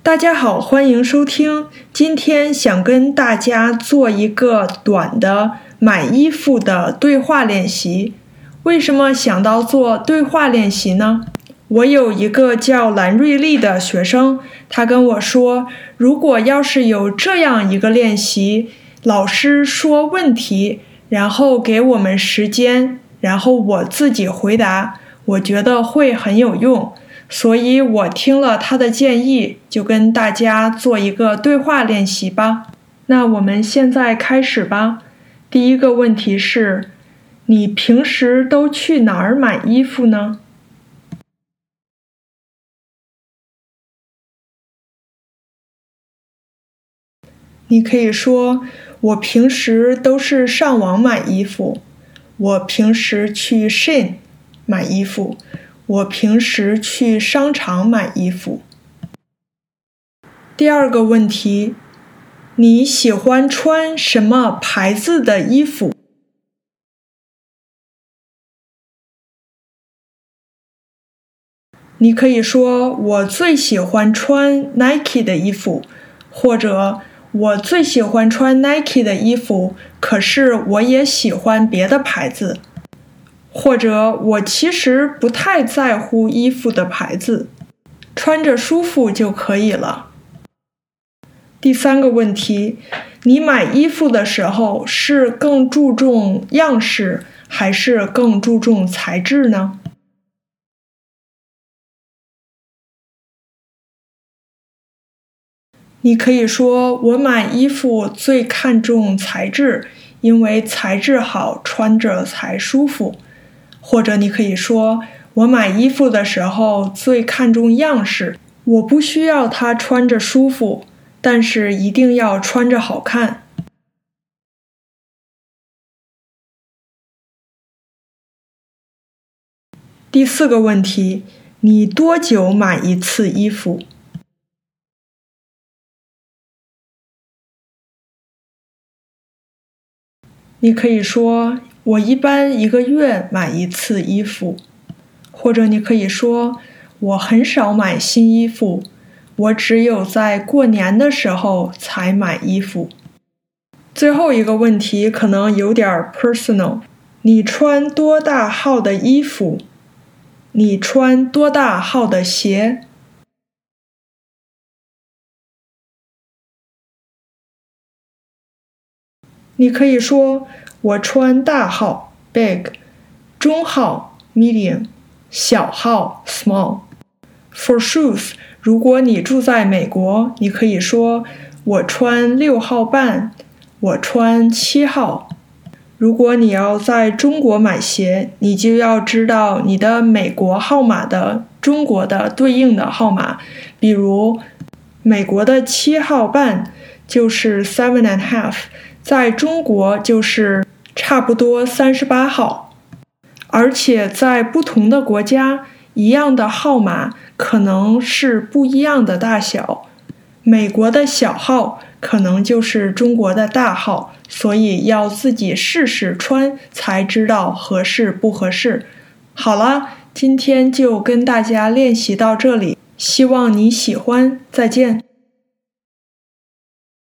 大家好，欢迎收听。今天想跟大家做一个短的买衣服的对话练习。为什么想到做对话练习呢？我有一个叫蓝瑞丽的学生，他跟我说，如果要是有这样一个练习，老师说问题，然后给我们时间，然后我自己回答，我觉得会很有用。所以我听了他的建议，就跟大家做一个对话练习吧。那我们现在开始吧。第一个问题是，你平时都去哪儿买衣服呢？你可以说，我平时都是上网买衣服，我平时去 Shein 买衣服，我平时去商场买衣服。第二个问题，你喜欢穿什么牌子的衣服？你可以说，我最喜欢穿 Nike 的衣服，或者我最喜欢穿 Nike 的衣服，可是我也喜欢别的牌子。或者我其实不太在乎衣服的牌子，穿着舒服就可以了。第三个问题，你买衣服的时候是更注重样式，还是更注重材质呢？你可以说，我买衣服最看重材质，因为材质好，穿着才舒服。或者你可以说，我买衣服的时候最看重样式，我不需要它穿着舒服，但是一定要穿着好看。第四个问题，你多久买一次衣服？你可以说，我一般1个月买一次衣服。或者你可以说，我很少买新衣服，我只有在过年的时候才买衣服。最后一个问题可能有点 personal， 你穿多大号的衣服？你穿多大号的鞋？你可以说，我穿大号 big， 中号 medium， 小号 small。 For shoes， 如果你住在美国，你可以说，我穿6号半，我穿7号。如果你要在中国买鞋，你就要知道你的美国号码的中国的对应的号码，比如美国的7号半就是 7.5， 在中国就是差不多38号。而且在不同的国家，一样的号码可能是不一样的大小，美国的小号可能就是中国的大号，所以要自己试试穿才知道合适不合适。好了，今天就跟大家练习到这里，希望你喜欢，再见。